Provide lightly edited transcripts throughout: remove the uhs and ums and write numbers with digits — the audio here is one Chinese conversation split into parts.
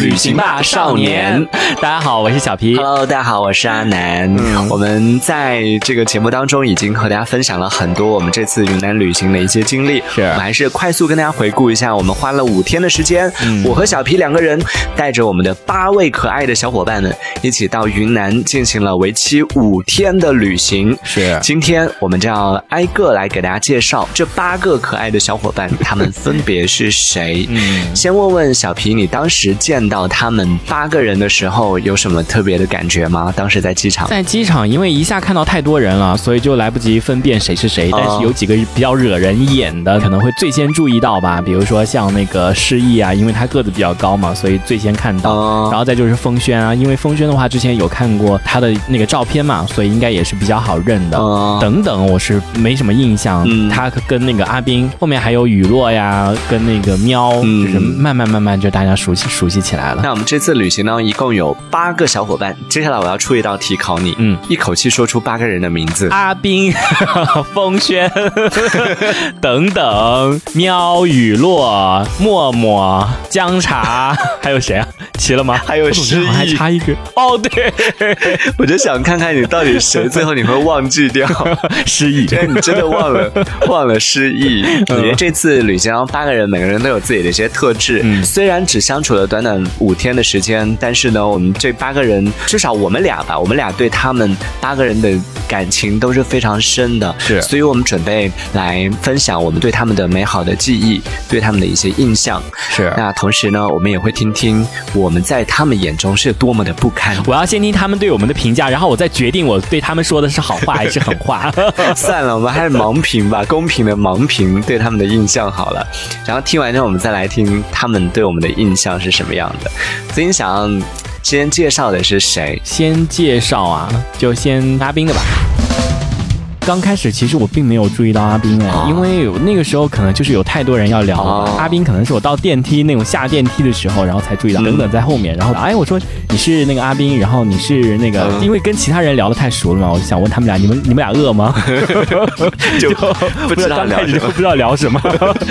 旅行吧少年。 大家好，我是小皮。 Hello， 大家好，我是阿南。我们在这个节目当中已经和大家分享了很多我们这次云南旅行的一些经历，我们还是快速跟大家回顾一下。我们花了5天的时间，我和小皮2个人带着我们的8位可爱的小伙伴们一起到云南进行了为期5天的旅行。 是， 今天我们就要挨个来给大家介绍这8个可爱的小伙伴，他们分别是谁。先问问小皮，你当时见到他们8个人的时候有什么特别的感觉吗？当时在机场， 因为一下看到太多人了，所以就来不及分辨谁是谁，但是有几个比较惹人眼的可能会最先注意到吧，比如说像那个失忆啊，因为他个子比较高嘛，所以最先看到。然后再就是风轩啊，因为风轩的话之前有看过他的那个照片嘛，所以应该也是比较好认的。等等我是没什么印象。他跟那个阿斌，后面还有雨落呀，跟那个喵，就是慢慢就大家熟悉起来了。 那我们这次旅行呢，一共有8个小伙伴。接下来我要出一道题考你，一口气说出8个人的名字。 阿斌、风轩等等，喵、雨落、默默、姜茶，还有谁啊？齐了吗？ 还有失忆， 还差一个。哦，对， 我就想看看你到底谁最后你会忘记掉失忆。 对，你真的忘了失忆。我觉得这次旅行8个人，每个人都有自己的一些特质。虽然只相处了短短5天的时间，但是呢，我们这8个人，至少我们俩对他们8个人的感情都是非常深的。 是， 所以我们准备来分享我们对他们的美好的记忆，对他们的一些印象。 是， 那同时呢，我们也会听听我们在他们眼中是多么的不堪。 我要先听他们对我们的评价，然后我再决定我对他们说的是好话还是狠话。 算了，我们还是盲评吧，公平的盲评对他们的印象好了。然后听完之后，我们再来听他们对我们的印象是什么样的。所以你想先介绍的是谁？ 先介绍啊，就先阿斌的吧。刚开始其实我并没有注意到阿斌因为那个时候可能就是有太多人要聊了。阿斌可能是我到电梯那种下电梯的时候，然后才注意到，等等在后面。然后我说你是那个阿斌，然后你是那个，因为跟其他人聊得太熟了嘛，我就想问他们俩，你们俩饿吗？ 就不知道聊什么， 不知道聊什么。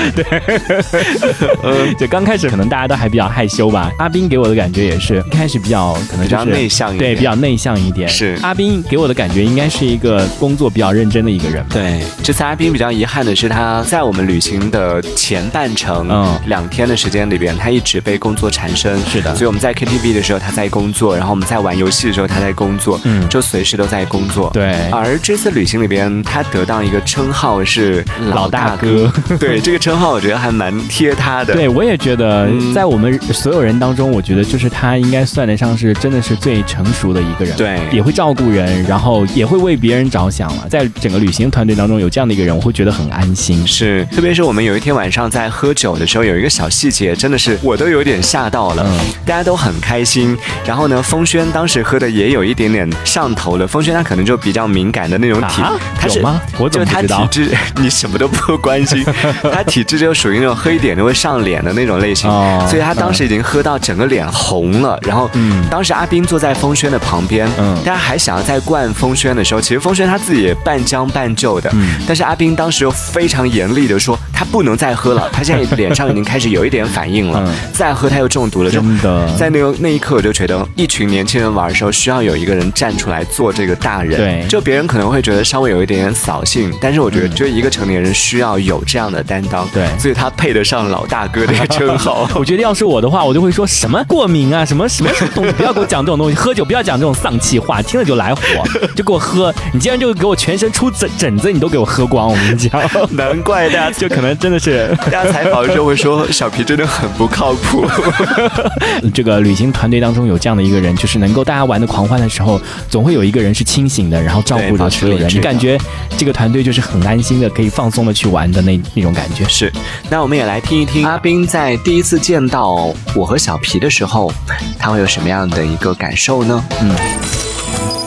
对，就刚开始可能大家都还比较害羞吧。阿斌给我的感觉也是一开始比较可能就是比较内向一点， 对，比较内向一点。 是， 阿斌给我的感觉应该是一个工作比较认真的一个人。 对，这次阿斌比较遗憾的是，他在我们旅行的前半程2天的时间里边，他一直被工作缠身。 是的， 所以我们在 KTV 的时候他在工作，然后我们在玩游戏的时候他在工作，就随时都在工作。 对， 而这次旅行里边，他得到一个称号是老大哥。对，这个称号我觉得还蛮贴他的。 对，我也觉得，在我们所有人当中，我觉得就是他应该算得上是真的是最成熟的一个人。 对， 也会照顾人，然后也会为别人着想了。在整个旅行团队当中有这样的一个人，我会觉得很安心。 是，特别是我们有一天晚上在喝酒的时候，有一个小细节，真的是我都有点吓到了。大家都很开心，然后呢，风轩当时喝的也有一点点上头了。风轩他可能就比较敏感的那种体，他是有吗？我怎么不知道？ 就他体质，你什么都不关心，他体质就属于那种喝一点就会上脸的那种类型，所以他当时已经喝到整个脸红了。然后，当时阿斌坐在风轩的旁边，大家还想要再灌风轩的时候，其实风轩他自己也半将半就的，但是阿斌当时又非常严厉的说，他不能再喝了，他现在脸上已经开始有一点反应了，再喝他又中毒了。 真的， 在那一刻我就觉得，一群年轻人玩的时候，需要有一个人站出来做这个大人。 对， 就别人可能会觉得稍微有一点点扫兴，但是我觉得，就一个成年人需要有这样的担当。 对， 所以他配得上老大哥这个称号。 我觉得要是我的话，我就会说什么过敏啊，什么东西，不要给我讲这种东西，喝酒不要讲这种丧气话，听了就来火，就给我喝。你既然就给我全身出疹子，你都给我喝光，我跟你讲。 难怪大家就可能真的是， 大家采访的时候会说小皮真的很不靠谱。 这个旅行团队当中有这样的一个人，就是能够大家玩的狂欢的时候，总会有一个人是清醒的，然后照顾着所有人，你感觉这个团队就是很安心的，可以放松的去玩的那种感觉。 是，那我们也来听一听阿斌在第一次见到我和小皮的时候，他会有什么样的一个感受呢？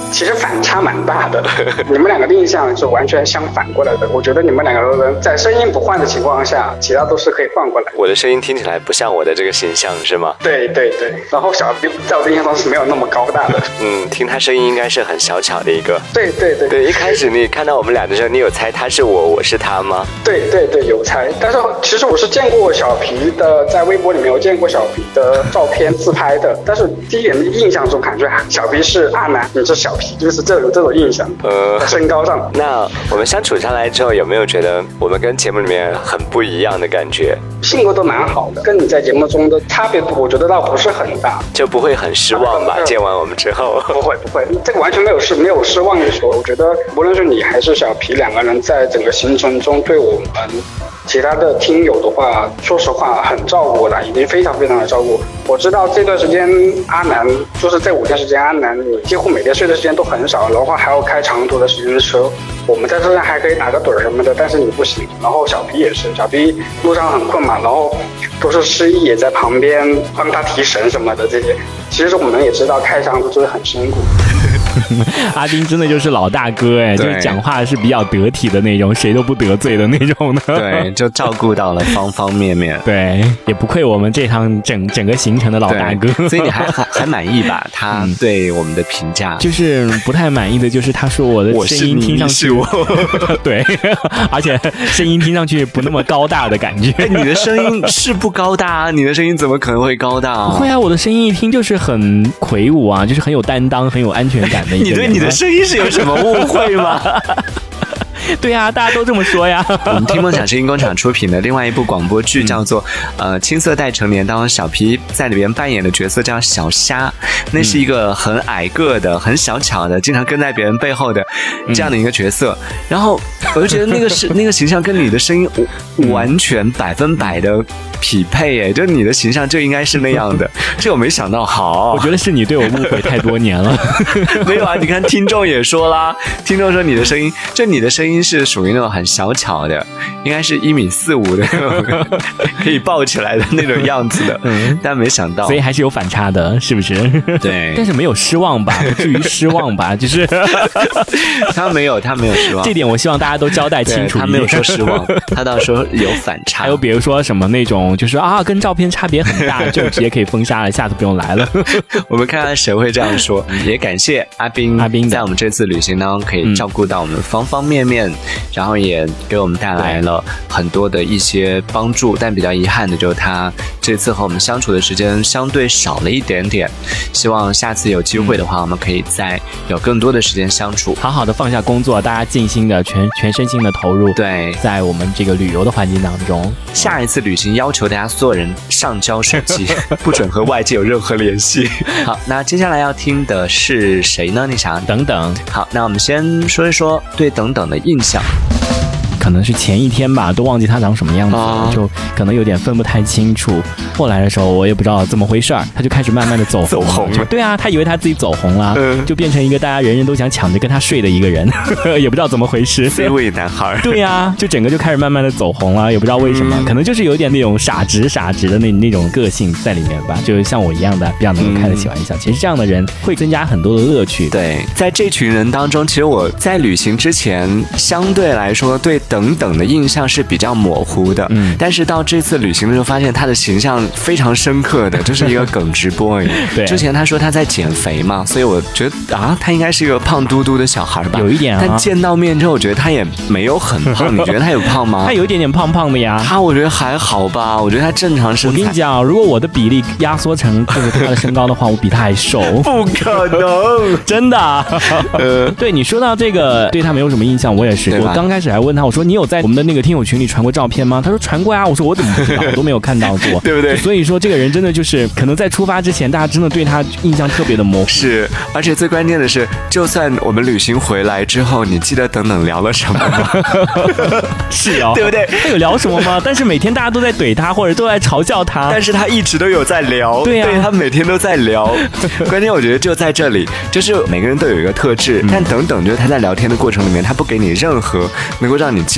其实反差蛮大的。你们两个的印象是完全相反过来的。我觉得你们两个人在声音不换的情况下，其他都是可以换过来。 我的声音听起来不像我的这个形象是吗？ 对。然后小 B 在我的印象中是没有那么高大的。 听他声音应该是很小巧的一个。 对。 一开始你看到我们俩的时候，你有猜他是我是他吗？ 对，有猜。但是其实我是见过小皮的，在微博里面有见过小皮的照片自拍的。但是第一眼的印象中感觉小皮是阿南，你是小皮，就是这种印象。身高上。 那我们相处下来之后，有没有觉得我们跟节目里面很不一样的感觉？ 性格都蛮好的，跟你在节目中的差别，我觉得倒不是很大， 就不会很失望吧？见完我们之后， 不会，这个完全没有失望一说。我觉得无论是你还是小皮两个人，在整个行程中对我们其他的听友的话，说实话很照顾了，已经非常的照顾。我知道这段时间阿南就是这5天时间，阿南你几乎每天睡的时间都很少，然后还要开长途的时间的车。我们在车上还可以打个盹什么的，但是你不行。然后小皮也是，小皮路上很困嘛，然后都是失忆也在旁边帮他提神什么的这些。其实我们也知道开长途真的很辛苦。 阿斌真的就是老大哥哎，就是讲话是比较得体的那种，谁都不得罪的那种的。 对，就照顾到了方方面面。 对，也不愧我们这趟整个行程的老大哥。 所以你还满意吧？他对我们的评价， 就是不太满意的就是他说我的声音听上去对，而且声音听上去不那么高大的感觉。 你的声音是不高大啊，你的声音怎么可能会高大啊？ 不会啊，我的声音一听就是很魁梧啊，就是很有担当，很有安全感的一个人。 你对你的声音是有什么误会吗？ 对啊，大家都这么说呀。 我们听梦想声音工厂出品的另外一部广播剧叫做青涩待成年，当中小皮在里边扮演的角色叫小虾，那是一个很矮个的、很小巧的，经常跟在别人背后的这样的一个角色。然后我就觉得那个形象跟你的声音完全100%的匹配哎，就是你的形象就应该是那样的。这我没想到，好， 我觉得是你对我误会太多年了。 没有啊，你看听众也说啦，听众说你的声音，就你的声音是属于那种很小巧的，应该是1.45米的那种可以抱起来的那种样子的。但没想到， 所以还是有反差的，是不是？ 对， 但是没有失望吧？不至于失望吧？就是他没有失望， 这点我希望大家都交代清楚。 他没有说失望，他倒说有反差。 还有比如说什么那种，就是啊，跟照片差别很大，就直接可以封杀了，下次不用来了。 我们看看谁会这样说。也感谢阿斌在我们这次旅行当中可以照顾到我们方方面面，然后也给我们带来了很多的一些帮助。但比较遗憾的就是他这次和我们相处的时间相对少了一点点，希望下次有机会的话，我们可以再有更多的时间相处， 好好的放下工作，大家尽心的全身心的投入， 对， 在我们这个旅游的环境当中。 下一次旅行要求大家所有人上交手机，不准和外界有任何联系。好，那接下来要听的是谁呢？你想等等。 好，那我们先说一说对等等的印象。 可能是前一天吧，都忘记他长什么样子了，就可能有点分不太清楚。后来的时候，我也不知道怎么回事儿，他就开始慢慢的走红了。对啊，他以为他自己走红了，就变成一个大家人人都想抢着跟他睡的一个人，也不知道怎么回事。 C 位男孩。 对啊，就整个就开始慢慢的走红了，也不知道为什么，可能就是有点那种傻直的那种个性在里面吧，就是像我一样的比较能够开得起玩笑。其实这样的人会增加很多的乐趣。 对，在这群人当中，其实我在旅行之前相对来说对等等的印象是比较模糊的，但是到这次旅行的时候发现他的形象非常深刻的，就是一个耿直 boy。 对， 之前他说他在减肥嘛，所以我觉得啊，他应该是一个胖嘟嘟的小孩吧， 有一点啊。 但见到面之后，我觉得他也没有很胖，你觉得他有胖吗？ 他有一点点胖胖的呀。 我觉得还好吧，我觉得他正常身材。 我跟你讲，如果我的比例压缩成就是他的身高的话，我比他还瘦。 不可能， 真的。对，你说到这个，对他没有什么印象，我也是。我刚开始还问他，我说你有在我们的那个听友群里传过照片吗？他说传过呀。我说我怎么不知道？我都没有看到过， 对不对？ 所以说这个人真的就是可能在出发之前，大家真的对他印象特别的模糊。 是，而且最关键的是，就算我们旅行回来之后，你记得等等聊了什么吗？ 是哦， 对不对？ 他有聊什么吗？但是每天大家都在怼他，或者都在嘲笑他， 但是他一直都有在聊。 对呀， 对，他每天都在聊。关键我觉得就在这里，就是每个人都有一个特质，但等等就是他在聊天的过程里面，他不给你任何能够让你记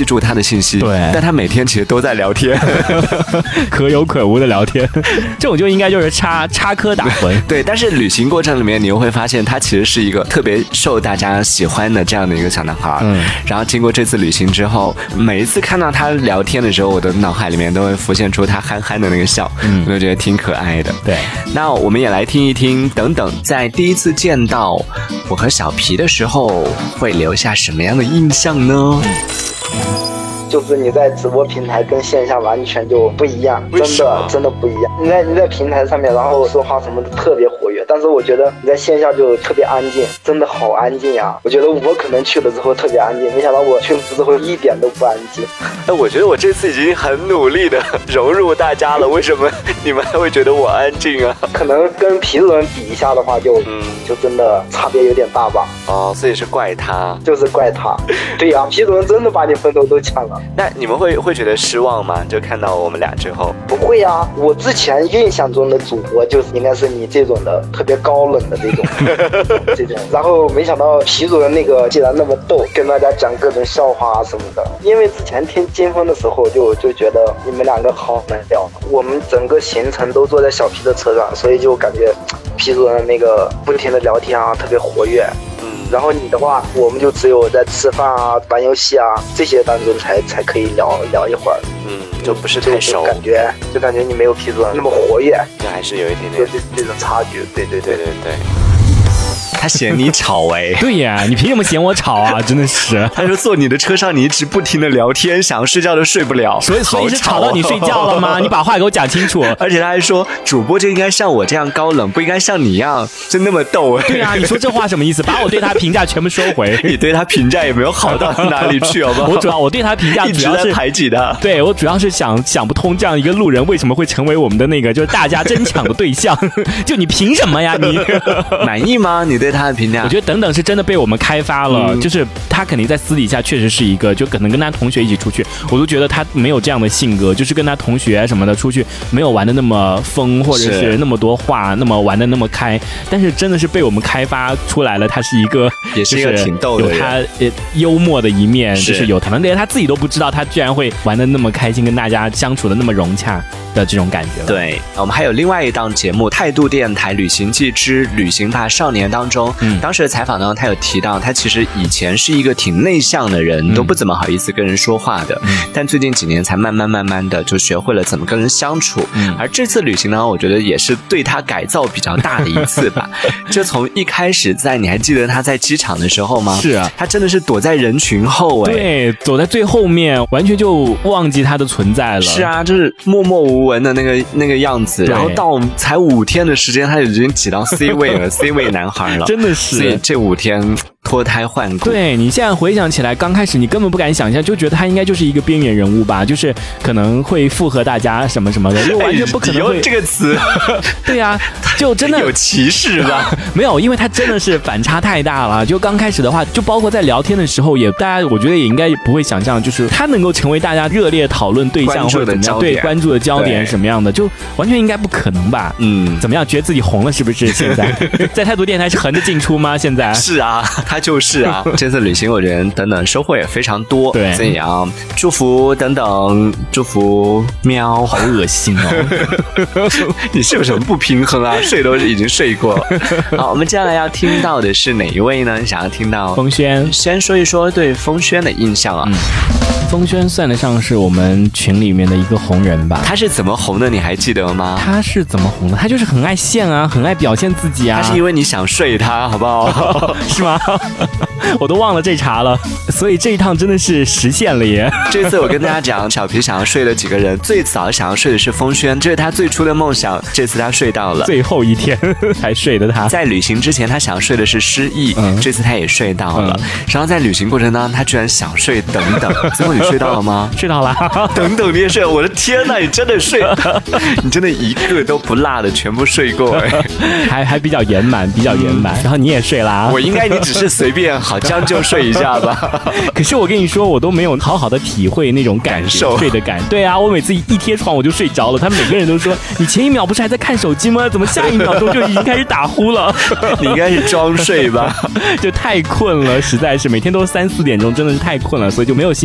记住他的信息， 对， 但他每天其实都在聊天， 可有可无的聊天，这种就应该就是插科打诨。 对，但是旅行过程里面，你又会发现他其实是一个特别受大家喜欢的这样的一个小男孩。然后经过这次旅行之后，每一次看到他聊天的时候，我的脑海里面都会浮现出他憨憨的那个笑，我就觉得挺可爱的。 对， 那我们也来听一听，等等，在第一次见到我和小皮的时候，会留下什么样的印象呢？ 就是你在直播平台跟线下完全就不一样，真的不一样。你在平台上面，然后说话什么的特别活跃，但是我觉得你在线下就特别安静，真的好安静呀！我觉得我可能去了之后特别安静，没想到我去了之后一点都不安静。 我觉得我这次已经很努力的融入大家了，为什么你们还会觉得我安静啊？ 可能跟皮主任比一下的话就真的差别有点大吧。 哦，所以是怪他， 就是怪他。对呀，皮主任真的把你风头都抢了。 那你们会觉得失望吗？就看到我们俩之后？ 不会啊，我之前印象中的主播就是应该是你这种的，特别高冷的这种，然后没想到皮主任那个竟然那么逗，跟大家讲各种笑话啊什么的。因为之前听金峰的时候就觉得你们两个好难聊，我们整个行程都坐在小皮的车上，所以就感觉皮主任那个不停的聊天啊，特别活跃。然后你的话，我们就只有在吃饭啊、玩游戏啊这些当中才可以聊一会儿。 就不是太熟， 就感觉你没有皮主任那么活跃， 就还是有一点点这种差距。对。 他嫌你吵哎， 对呀，你凭什么嫌我吵啊？真的是， 他说坐你的车上你一直不停的聊天，想要睡觉都睡不了， 所以是吵到你睡觉了吗？你把话给我讲清楚。 而且他还说主播就应该像我这样高冷，不应该像你一样就那么逗哎。 对啊，你说这话什么意思？把我对他评价全部收回。 你对他评价也没有好到哪里去，好不好？ 我对他评价一直在排挤他。 对，我主要是想不通，这样一个路人为什么会成为我们的那个就是大家争抢的对象？就你凭什么呀？你满意吗？你对他的评价？ 我觉得等等是真的被我们开发了，就是他肯定在私底下确实是一个，就可能跟他同学一起出去，我都觉得他没有这样的性格，就是跟他同学什么的出去没有玩的那么疯，或者是那么多话，那么玩的那么开。但是真的是被我们开发出来了，他是一个， 也是一个挺逗的人， 有他幽默的一面，就是有他连他自己都不知道，他居然会玩的那么开心，跟大家相处的那么融洽的这种感觉。 对，我们还有另外一档节目《态度电台旅行记之旅行吧少年》当中，当时的采访呢，他有提到他其实以前是一个挺内向的人，都不怎么好意思跟人说话的，但最近几年才慢慢的就学会了怎么跟人相处。而这次旅行呢，我觉得也是对他改造比较大的一次吧。就从一开始你还记得他在机场的时候吗？ 是啊， 他真的是躲在人群后对，走在最后面，完全就忘记他的存在了。 是啊，就是默默无闻的那个样子，然后到才5天的时间，他已经挤到 C 位了，C 位男孩了， 真的是。 所以这5天脱胎换骨。 对，你现在回想起来，刚开始你根本不敢想象，就觉得他应该就是一个边缘人物吧，就是可能会附和大家什么什么的，就完全不可能会。 用这个词， 对啊，就真的有歧视吧？ 没有，因为他真的是反差太大了。就刚开始的话，就包括在聊天的时候，也大家我觉得也应该不会想象，就是他能够成为大家热烈讨论对象或者怎么样，对关注的焦点什么样的，就完全应该不可能吧？怎么样？觉得自己红了是不是？现在在态度电台是横着进出吗？现在是啊，他就是啊。这次旅行我觉得等等收获也非常多， 对， 所以啊，祝福等等，祝福喵， 好恶心哦！ 你是有什么不平衡啊？睡都已经睡过。好，我们接下来要听到的是哪一位呢？想要听到风轩， 先说一说对风轩的印象啊。 风轩算得上是我们群里面的一个红人吧。 他是怎么红的？你还记得吗？ 他是怎么红的？他就是很爱现啊，很爱表现自己啊。 他是因为你想睡他，好不好？ 是吗？我都忘了这茬了，所以这一趟真的是实现了耶。 这次我跟大家讲，小皮想要睡的几个人，最早想要睡的是风轩，这是他最初的梦想。这次他睡到了， 最后一天才睡的他。 在旅行之前，他想睡的是失忆，这次他也睡到了。然后在旅行过程当中，他居然想睡等等，最后你睡到了吗？ 睡到了。 等等你也睡，我的天哪，你真的睡，你真的一个都不落的全部睡过哎， 还比较圆满，比较圆满。然后你也睡啦。 我应该你只是随便好将就睡一下吧。 可是我跟你说，我都没有好好的体会那种感受，睡的感。对啊，我每次一贴床我就睡着了。他们每个人都说，你前一秒不是还在看手机吗？怎么下一秒钟就已经开始打呼了？ 你应该是装睡吧？ 就太困了，实在是每天都3、4点钟，真的是太困了，所以就没有心情去考虑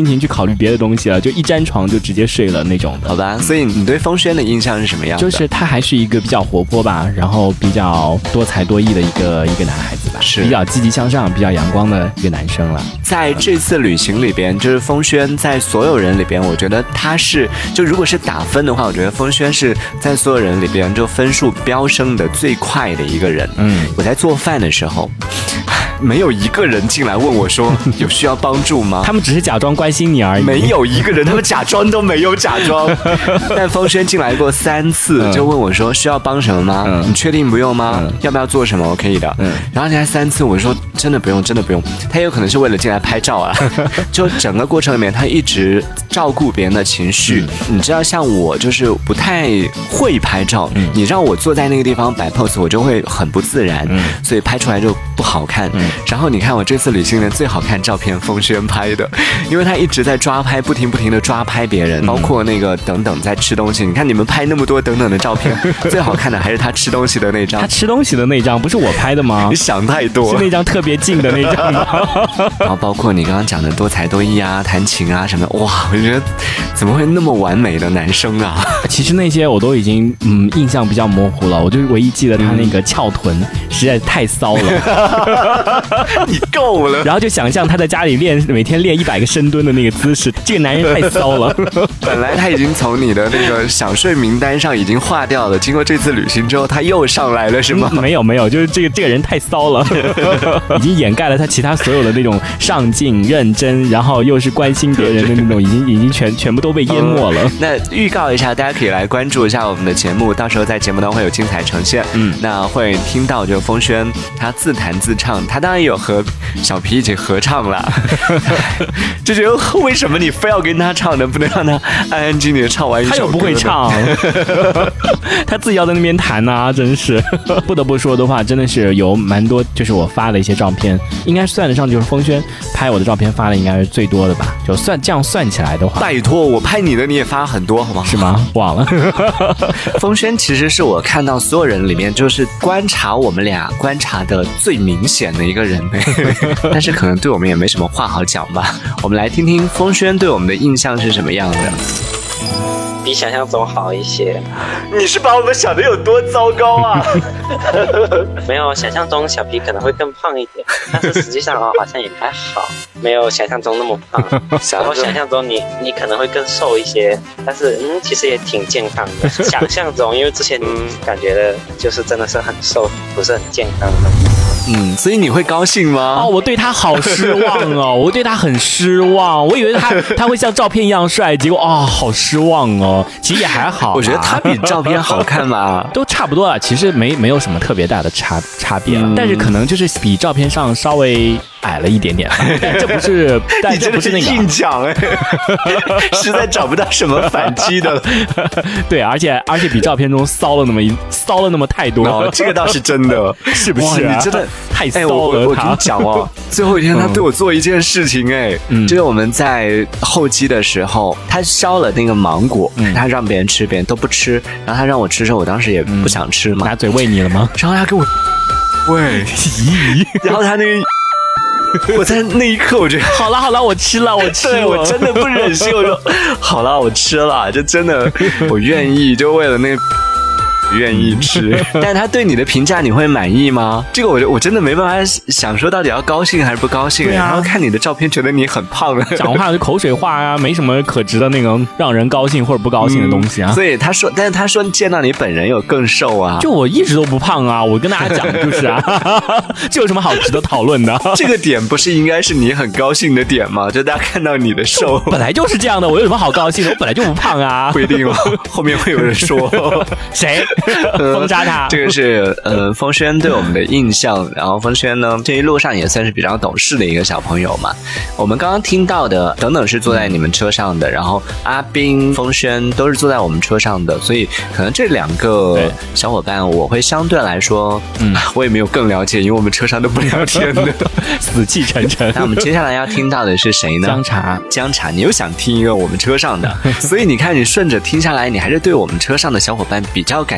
虑别的东西了，就一沾床就直接睡了那种的。 好吧，所以你对风轩的印象是什么样的？ 就是他还是一个比较活泼吧，然后比较多才多艺的一个男孩子吧， 是比较积极向上、比较阳光的一个男生了。 在这次旅行里边，就是风轩在所有人里边，我觉得他是，就如果是打分的话，我觉得风轩是在所有人里边就分数飙升的最快的一个人。我在做饭的时候，没有一个人进来问我说有需要帮助吗？ 他们只是假装关心你而已， 没有一个人，他们假装都没有假装。但风轩进来过3次，就问我说需要帮什么吗？你确定不用吗？要不要做什么？我可以的。然后进来3次，我说真的不用，真的不用。他有可能是为了进来拍照啊。就整个过程里面，他一直照顾别人的情绪。你知道，像我就是不太会拍照，你让我坐在那个地方摆 pose， 我就会很不自然，所以拍出来就不好看。然后你看我这次旅行的最好看照片，风轩拍的，因为他一直在抓拍，不停的抓拍别人，包括那个等等在吃东西。你看你们拍那么多等等的照片，最好看的还是他吃东西的那张。 他吃东西的那张不是我拍的吗？ 你想太多， 是那张特别近的那张。 然后包括你刚刚讲的多才多艺啊、弹琴啊什么，哇，我觉得怎么会那么完美的男生啊？ 其实那些我都已经印象比较模糊了，我就唯一记得他那个翘臀实在太骚了。 你够了。 然后就想象他在家里每天练100个深蹲的那个姿势，这个男人太骚了。 本来他已经从你的那个想睡名单上已经划掉了，经过这次旅行之后，他又上来了是吗？ 没有，就是这个人太骚了，已经掩盖了他其他所有的那种上进、认真，然后又是关心别人的那种，已经全部都被淹没了。 那预告一下，大家可以来关注一下我们的节目，到时候在节目当中会有精彩呈现。那会听到就风轩他自弹自唱，他当然也有和小皮一起合唱了。就觉得为什么你非要跟他唱呢？不能让他安安静静的唱完一首歌？ 他又不会唱，他自己要在那边弹啊，真是。不得不说的话，真的是有蛮多，就是我发的一些照片，应该算得上就是风轩拍我的照片发的应该是最多的吧？就这样算起来的话， 拜托，我拍你的你也发很多，好吗？ 是吗？忘了。 风轩其实是我看到所有人里面，就是观察我们俩观察的最明显的一个人。但是可能对我们也没什么话好讲吧。我们来听听风轩对我们的印象是什么样的。 比想象中好一些。 你是把我们想的有多糟糕啊？ 没有，想象中小皮可能会更胖一点，但是实际上好像也还好，没有想象中那么胖。然后想象中你可能会更瘦一些，但是其实也挺健康的。想象中，因为之前感觉的就是真的是很瘦，不是很健康的。 所以你会高兴吗？ 我对他好失望哦，我对他很失望。我以为他会像照片一样帅，结果好失望哦。其实也还好， 我觉得他比照片好看吧， 都差不多了。其实没有什么特别大的差别了，但是可能就是比照片上稍微矮了一点点。但这不是，但这不是那个硬讲实在找不到什么反击的了。 对，而且比照片中骚了那么太多。 这个倒是真的， 是不是？ 你真的太骚了。 我跟你讲最后一天他对我做一件事情就是我们在候机的时候，他削了那个芒果，他让别人吃，别人都不吃，然后他让我吃的时候，我当时也不想吃嘛。 拿嘴喂你了吗？ 然后他给我喂，然后他那个。我在那一刻，我觉得好了，我吃了， 对，我真的不忍心，我说好了，我吃了，就真的我愿意，就为了那个。愿意吃，但他对你的评价你会满意吗？这个我真的没办法想说到底要高兴还是不高兴。然后看你的照片觉得你很胖， 讲话就口水话啊，没什么可值得那个让人高兴或者不高兴的东西啊。 所以但是他说见到你本人有更瘦啊。 就我一直都不胖啊，我跟大家讲就是啊，这有什么好值得讨论的？ 这个点不是应该是你很高兴的点吗？就大家看到你的瘦， 本来就是这样的，我有什么好高兴的？我本来就不胖啊。 不一定后面会有人说谁？封杀他。 这个是风轩对我们的印象。然后风轩呢，这一路上也算是比较懂事的一个小朋友嘛。我们刚刚听到的等等是坐在你们车上的，然后阿斌、风轩都是坐在我们车上的，所以可能这两个小伙伴我会相对来说，我也没有更了解，因为我们车上都不聊天的， 死气沉沉。 那我们接下来要听到的是谁呢？姜茶，你又想听一个我们车上的，所以你看你顺着听下来，你还是对我们车上的小伙伴比较感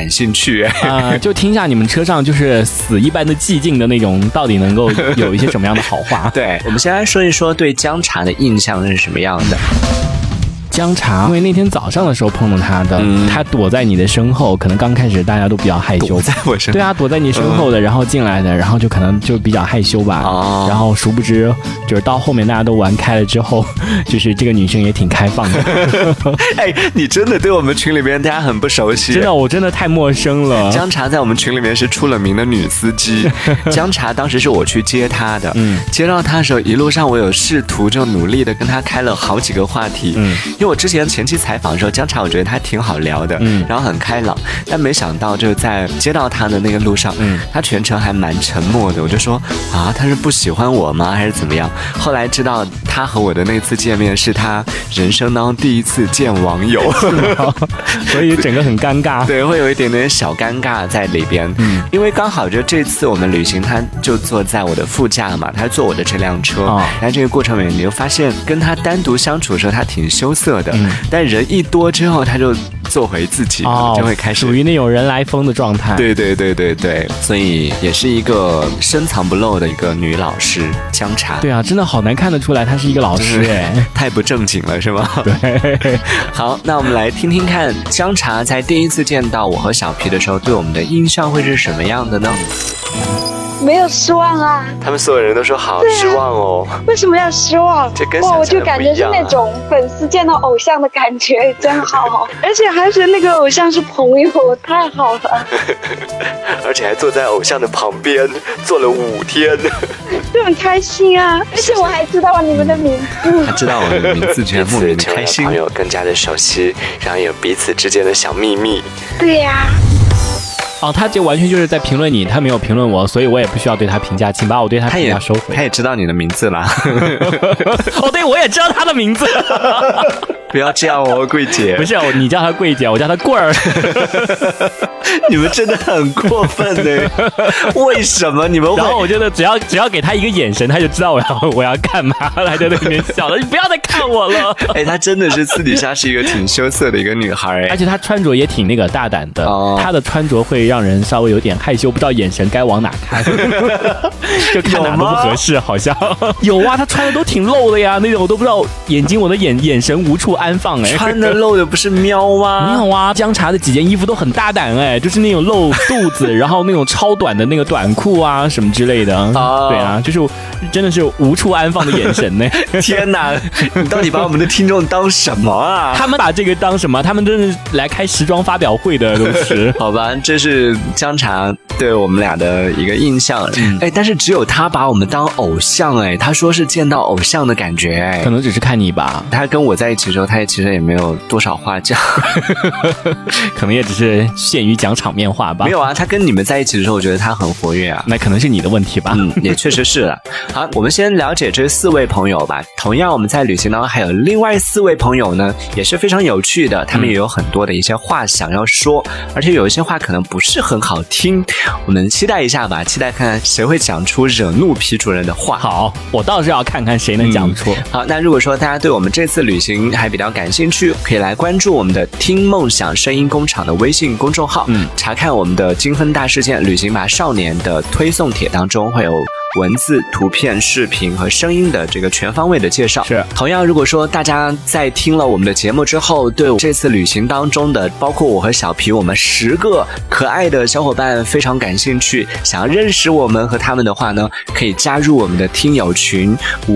感兴趣就听一下你们车上就是死一般的寂静的那种，到底能够有一些什么样的好话？ 对，我们先来说一说对姜茶的印象是什么样的。 姜茶，因为那天早上的时候碰到他的，他躲在你的身后，可能刚开始大家都比较害羞。 躲在我身后？ 对啊，躲在你身后的，然后进来的，然后就可能就比较害羞吧。然后殊不知，就是到后面大家都玩开了之后，就是这个女生也挺开放的。 哎，你真的对我们群里面大家很不熟悉。 真的，我真的太陌生了。 姜茶在我们群里面是出了名的女司机。姜茶当时是我去接她的，接到她的时候，一路上我有试图就努力的跟她开了好几个话题，因为我之前前期采访的时候，姜茶我觉得他挺好聊的，然后很开朗，但没想到就在接到他的那个路上，他全程还蛮沉默的。我就说啊，他是不喜欢我吗，还是怎么样？后来知道他和我的那次见面是他人生当中第一次见网友， 所以整个很尴尬， 对，会有一点点小尴尬在里边。因为刚好就这次我们旅行，他就坐在我的副驾嘛，他坐我的这辆车，然后这个过程里面你就发现跟他单独相处的时候，他挺羞涩的。但人一多之后，他就做回自己，就会开始属于那种人来疯的状态。 对，所以也是一个深藏不露的一个女老师姜茶。 对啊，真的好难看得出来她是一个老师太不正经了是吗？ 对。 好，那我们来听听看姜茶在第一次见到我和小皮的时候，对我们的印象会是什么样的呢？ 没有失望啊！ 他们所有人都说好失望哦。 为什么要失望？ 这跟想象的不一样啊。 我就感觉是那种粉丝见到偶像的感觉，真好。而且还是那个偶像是朋友，太好了。 而且还坐在偶像的旁边，坐了5天， 就很开心啊！而且我还知道你们的名字。 他知道我的名字，觉得莫名的开心。朋友更加的熟悉，然后有彼此之间的小秘密。 对呀。 他就完全就是在评论你，他没有评论我，所以我也不需要对他评价，请把我对他评价收回。 他也知道你的名字啦。 对，我也知道他的名字。 不要这样哦，桂姐。 不是你叫他桂姐，我叫他棍儿。 你们真的很过分呢。为什么你们会？ 然后我觉得只要给他一个眼神，他就知道我要干嘛了，在那边笑了。你不要再看我了。 她真的是私底下是一个挺羞涩的一个女孩， 而且她穿着也挺那个大胆的。她的穿着会让人稍微有点害羞，不知道眼神该往哪看，就看哪都不合适，好像有啊，她穿的都挺露的呀，那种我都不知道我的眼神无处安放穿的露的不是喵吗？ 没有啊，姜茶的几件衣服都很大胆就是那种露肚子，然后那种超短的那个短裤啊什么之类的。对啊，就是真的是无处安放的眼神呢。 天哪，你到底把我们的听众当什么啊？ 他们把这个当什么？他们真是来开时装发表会的，都是。 好吧，这是姜茶对我们俩的一个印象。但是只有他把我们当偶像他说是见到偶像的感觉可能只是看你吧。 他跟我在一起的时候，他也其实也没有多少话讲， 可能也只是限于讲场面话吧。 没有啊，他跟你们在一起的时候，我觉得他很活跃啊。 那可能是你的问题吧。 也确实是了。好，我们先了解这4位朋友吧。同样，我们在旅行当中还有另外4位朋友呢，也是非常有趣的。他们也有很多的一些话想要说，而且有一些话可能不是很好听。我们期待一下吧，期待看看谁会讲出惹怒皮主任的话。 好，我倒是要看看谁能讲出。 好，那如果说大家对我们这次旅行还比较感兴趣，可以来关注我们的听梦想声音工厂的微信公众号，查看我们的金分大事件旅行吧少年的推送帖当中会有文字、图片、视频和声音的这个全方位的介绍。 是。 同样，如果说大家在听了我们的节目之后，对这次旅行当中的，包括我和小皮，我们10个可爱的小伙伴非常感兴趣，想要认识我们和他们的话呢，可以加入我们的听友群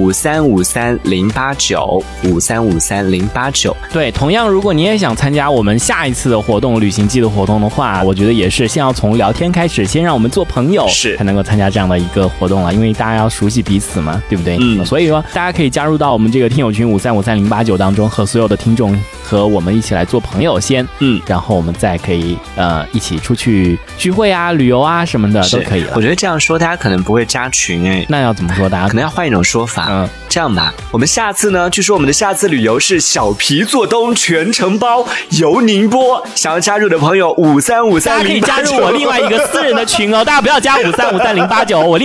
5353-089，5353-089。 对，同样，如果你也想参加我们下一次的活动，旅行季的活动的话，我觉得也是先要从聊天开始，先让我们做朋友， 是才能够参加这样的一个活动了，因为大家要熟悉彼此嘛，对不对？所以说大家可以加入到我们这个听友群5353-089当中，和所有的听众和我们一起来做朋友先，然后我们再可以一起出去聚会啊、旅游啊什么的都可以了。 我觉得这样说大家可能不会加群那要怎么说？大家可能要换一种说法。这样吧，我们下次呢，据说我们的下次旅游是小皮做东全程包游宁波，想要加入的朋友5353-089， 大家可以加入我另外一个私人的群哦，大家不要加5353-089，我另外有私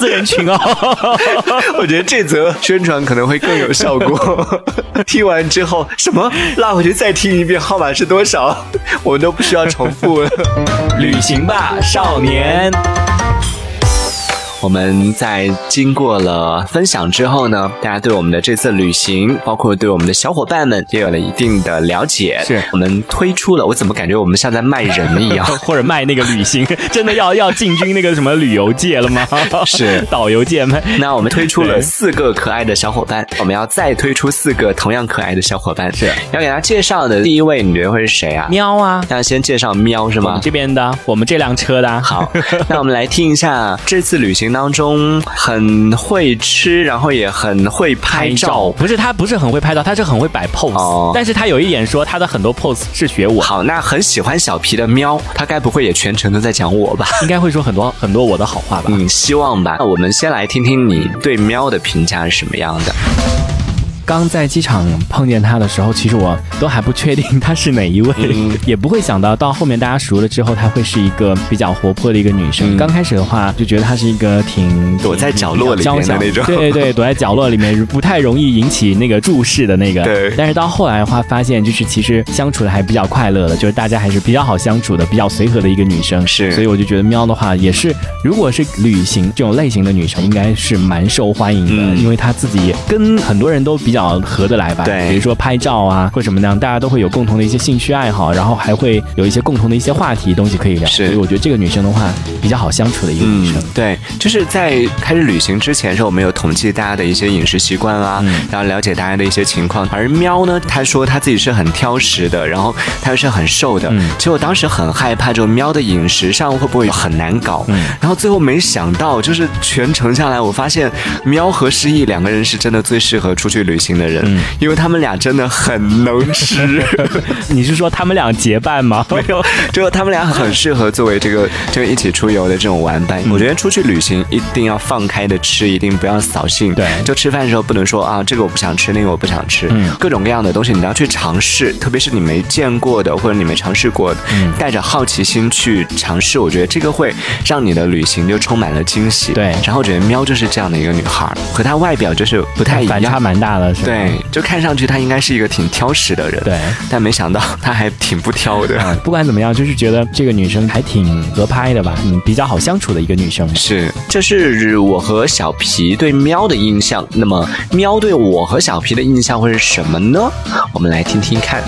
私人群哦。 我觉得这则宣传可能会更有效果。听完之后，什么拉回去再听一遍，号码是多少？我们都不需要重复了。 旅行吧，少年。 我们在经过了分享之后呢，大家对我们的这次旅行，包括对我们的小伙伴们也有了一定的了解。 是我们推出了，我怎么感觉我们像在卖人一样， 或者卖那个旅行，真的要进军那个什么旅游界了吗？ 是导游界卖。 那我们推出了4个可爱的小伙伴，我们要再推出4个同样可爱的小伙伴。 是要给大家介绍的第一位，你觉得会是谁啊？ 喵啊！ 大家先介绍喵是吗？ 我们这边的，我们这辆车的。 好，那我们来听一下这次旅行当中很会吃，然后也很会拍照。 不是他不是很会拍照，他是很会摆 pose。但是他有一点说他的很多 pose 是学我。 好，那很喜欢小皮的喵，他该不会也全程都在讲我吧？ 应该会说很多我的好话吧？ 希望吧。那我们先来听听你对喵的评价是什么样的。 刚在机场碰见她的时候，其实我都还不确定她是哪一位，也不会想到后面大家熟了之后，她会是一个比较活泼的一个女生。刚开始的话，就觉得她是一个挺躲在角落里面的那种， 对，躲在角落里面不太容易引起那个注视的那个。 对。 但是到后来的话，发现就是其实相处的还比较快乐的，就是大家还是比较好相处的，比较随和的一个女生。 是。 所以我就觉得喵的话，也是如果是旅行这种类型的女生，应该是蛮受欢迎的，因为她自己跟很多人都比较合得来。 对， 比如说拍照啊，或什么那样，大家都会有共同的一些兴趣爱好，然后还会有一些共同的一些话题东西可以聊。所以我觉得这个女生的话比较好相处的一个女生。 对，就是在开始旅行之前的时候，我们有统计大家的一些饮食习惯啊，然后了解大家的一些情况。而喵呢，她说她自己是很挑食的，然后她又是很瘦的。其实我当时很害怕，就喵的饮食上会不会很难搞。然后最后没想到，就是全程下来，我发现喵和诗意2个人是真的最适合出去旅行的人。因为他们俩真的很能吃。 你是说他们俩结伴吗？ 没有，就他们俩很适合作为这个一起出游的这种玩伴。我觉得出去旅行一定要放开的吃，一定不要扫兴。 对， 就吃饭的时候不能说啊这个我不想吃，那个我不想吃。各种各样的东西你都要去尝试，特别是你没见过的或者你没尝试过的，带着好奇心去尝试，我觉得这个会让你的旅行就充满了惊喜。 对， 然后我觉得喵就是这样的一个女孩，和她外表就是不太一样， 反差蛮大的。 对，就看上去她应该是一个挺挑食的人， 对， 但没想到她还挺不挑的。 不管怎么样，就是觉得这个女生还挺合拍的吧，比较好相处的一个女生。 是，这是我和小皮对喵的印象。那么喵对我和小皮的印象会是什么呢？我们来听听看。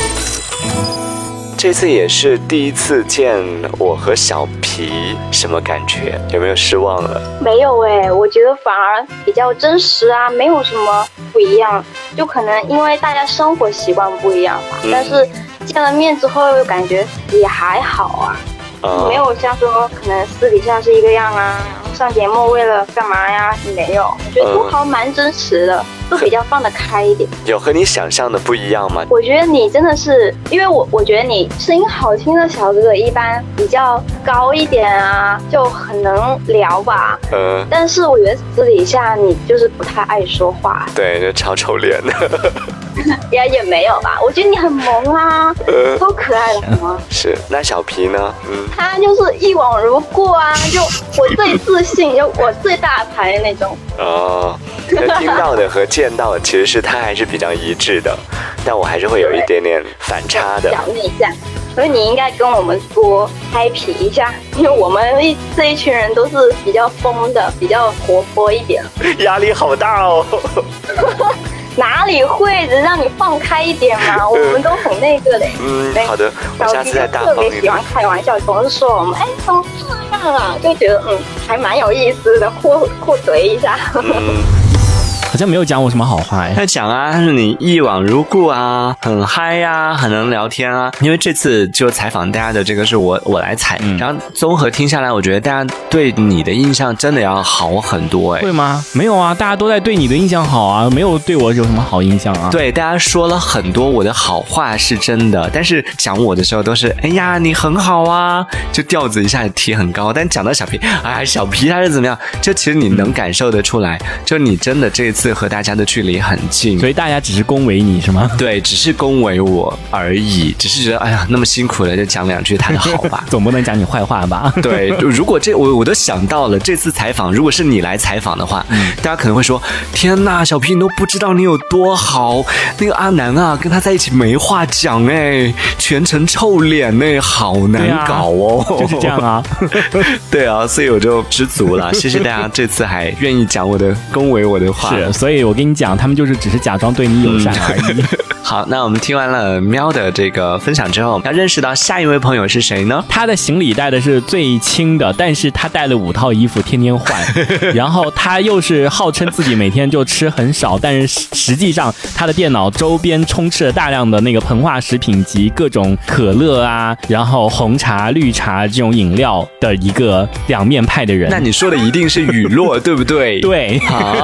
这次也是第一次见我和小皮，什么感觉？有没有失望了？ 没有我觉得反而比较真实啊，没有什么不一样，就可能因为大家生活习惯不一样吧。但是见了面之后感觉也还好啊，没有像说可能私底下是一个样啊，上节目为了干嘛呀？没有，我觉得都还蛮真实的，都比较放得开一点。 有和你想象的不一样吗？ 我觉得你真的是，因为我觉得你声音好听的小哥哥一般比较高一点啊，就很能聊吧。但是我觉得私底下你就是不太爱说话。 对，就超丑脸的。 也没有吧，我觉得你很萌啊，超可爱的吗？ 是，那小皮呢？ 他就是一往如故啊，就我最自信，就我最大牌那种。 听到的和见到的其实是他还是比较一致的，但我还是会有一点点反差的。 小内向，所以你应该跟我们多happy一下，因为我们这一群人都是比较疯的，比较活泼一点。 压力好大哦。 哪里会，只让你放开一点嘛，我们都很那个的。 好的，我下次再大方一点。特别喜欢开玩笑，总是说我们怎么这样啊，就觉得还蛮有意思的，互怼一下。 好像没有讲我什么好话他讲啊，他说你一往如故啊，很嗨呀，很能聊天啊。因为这次就采访大家的这个是我来采，然后综合听下来，我觉得大家对你的印象真的要好很多。 会吗？没有啊，大家都在对你的印象好啊，没有对我有什么好印象啊。 对，大家说了很多我的好话是真的，但是讲我的时候都是哎呀你很好啊，就调子一下提很高。但讲到小皮，哎，小皮他是怎么样？就其实你能感受得出来，就你真的这次次和大家的距离很近， 所以大家只是恭维你是吗？ 对，只是恭维我而已，只是觉得哎呀那么辛苦了，就讲2句他的好吧， 总不能讲你坏话吧？ 对，如果我都想到了这次采访，如果是你来采访的话，大家可能会说天哪，小皮你都不知道你有多好，那个阿南啊跟他在一起没话讲哎，全程臭脸哎，好难搞哦， 就是这样啊。 对啊，所以我就知足了，谢谢大家这次还愿意讲我的恭维我的话。 是，所以我跟你讲，他们就是只是假装对你友善而已。 好，那我们听完了喵的这个分享之后，要认识到下一位朋友是谁呢？ 他的行李带的是最轻的，但是他带了5套衣服，天天换。然后他又是号称自己每天就吃很少，但是实际上他的电脑周边充斥了大量的那个膨化食品及各种可乐啊，然后红茶、绿茶这种饮料的一个两面派的人。 那你说的一定是雨落，对不对？ 对。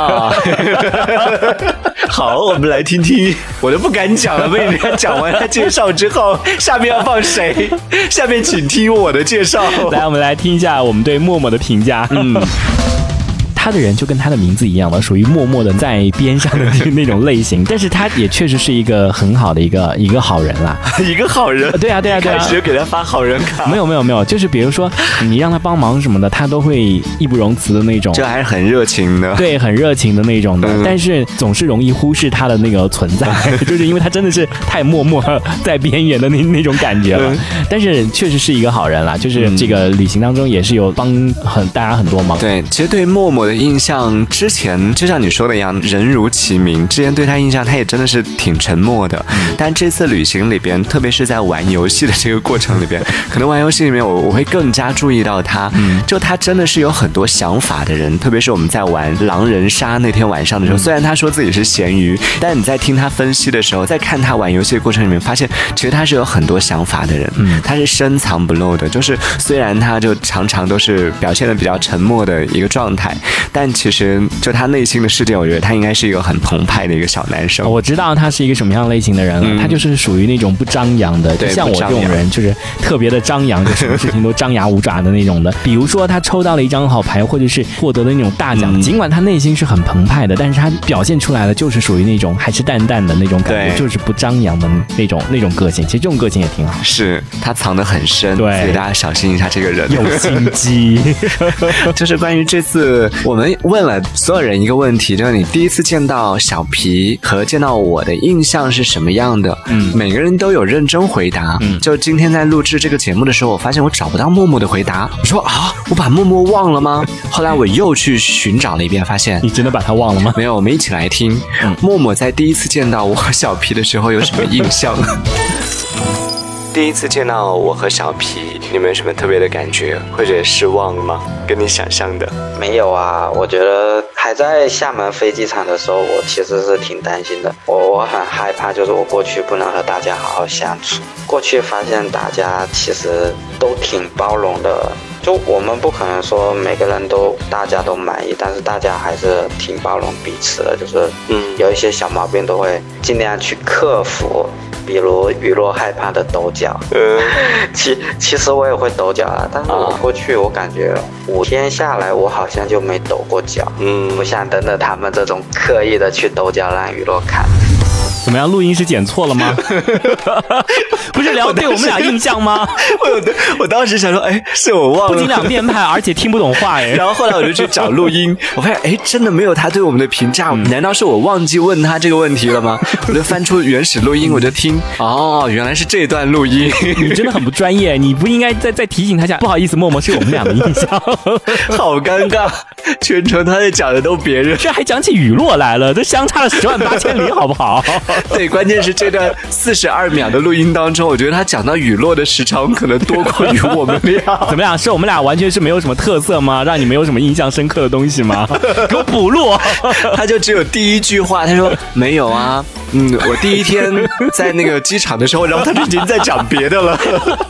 好，我们来听听，我都不敢讲了，被人家讲完他介绍之后，下面要放谁？下面请听我的介绍。 来，我们来听一下我们对默默的评价。他的人就跟他的名字一样的，属于默默的在边上的那种类型，但是他也确实是一个很好的一个好人啦， 一个好人。 对啊，开始就给他发好人卡。 没有，就是比如说你让他帮忙什么的，他都会义不容辞的那种， 这还是很热情的。 对，很热情的那种的，但是总是容易忽视他的那个存在，就是因为他真的是太默默在边缘的那种感觉了。但是确实是一个好人啦，就是这个旅行当中也是有帮大家很多忙。 对，其实对默默的印象，之前就像你说的一样，人如其名。之前对他印象，他也真的是挺沉默的。但这次旅行里边，特别是在玩游戏的这个过程里边，可能玩游戏里面我会更加注意到他。就他真的是有很多想法的人。特别是我们在玩狼人杀那天晚上的时候，虽然他说自己是咸鱼，但你在听他分析的时候，在看他玩游戏的过程里面，发现其实他是有很多想法的人。他是深藏不露的，就是虽然他就常常都是表现得比较沉默的一个状态，但其实就他内心的世界，我觉得他应该是一个很澎湃的一个小男生。 我知道他是一个什么样类型的人了，他就是属于那种不张扬的，就像我这种人，就是特别的张扬，就什么事情都张牙舞爪的那种的。比如说他抽到了一张好牌，或者是获得了那种大奖，尽管他内心是很澎湃的，但是他表现出来的就是属于那种还是淡淡的那种感觉，就是不张扬的那种个性。其实这种个性也挺好， 是他藏得很深， 对， 所以大家小心一下这个人， 有心机。 就是关于这次我们问了所有人一个问题，就是你第一次见到小皮和见到我的印象是什么样的？每个人都有认真回答。就今天在录制这个节目的时候，我发现我找不到默默的回答。我说啊，我把默默忘了吗？后来我又去寻找了一遍，发现你真的把他忘了吗？ 没有，我们一起来听默默在第一次见到我和小皮的时候有什么印象。第一次见到我和小皮，你们有什么特别的感觉或者失望吗？跟你想象的？ 没有啊，我觉得还在厦门飞机场的时候，我其实是挺担心的。我很害怕，就是我过去不能和大家好好相处。过去发现大家其实都挺包容的，就我们不可能说每个人都大家都满意，但是大家还是挺包容彼此的，就是有一些小毛病都会尽量去克服。比如雨落害怕的抖脚，其实我也会抖脚啊，但是我过去我感觉5天下来我好像就没抖过脚，不像等等他们这种刻意的去抖脚让雨落看。 怎么样？录音是剪错了吗？不是聊对我们俩印象吗？ 我当时想说，哎，是我忘了， 不仅两变派，而且听不懂话哎。 然后后来我就去找录音，我发现哎，真的没有他对我们的评价。难道是我忘记问他这个问题了吗？我就翻出原始录音，我就听，哦，原来是这段录音。 你真的很不专业，你不应该再提醒他一下。不好意思，默默是我们俩的印象。 好尴尬，全程他在讲的都别人， 这还讲起雨落来了，这相差了10万8千里，好不好？ 对，关键是这段42秒的录音当中，我觉得他讲到雨落的时长可能多过于我们俩。 怎么样？是我们俩完全是没有什么特色吗？让你没有什么印象深刻的东西吗？给我补录。 他就只有第一句话，他说没有啊，我第一天在那个机场的时候，然后他就已经在讲别的了。